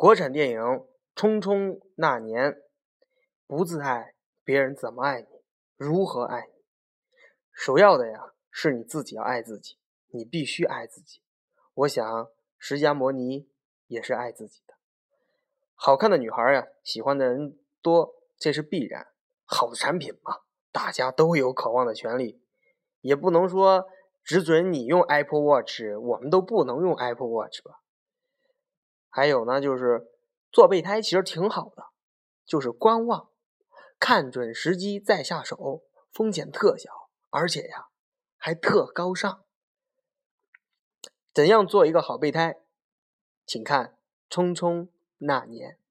国产电影《匆匆那年》，不自爱，别人怎么爱你？如何爱你？首要的呀，是你自己要爱自己，你必须爱自己。我想，释迦摩尼也是爱自己的。好看的女孩呀，喜欢的人多，这是必然。好的产品嘛，大家都有渴望的权利，也不能说只准你用 Apple Watch， 我们都不能用 Apple Watch 吧。还有呢，就是做备胎其实挺好的，就是观望，看准时机再下手，风险特小，而且呀还特高尚。怎样做一个好备胎？请看《匆匆那年》。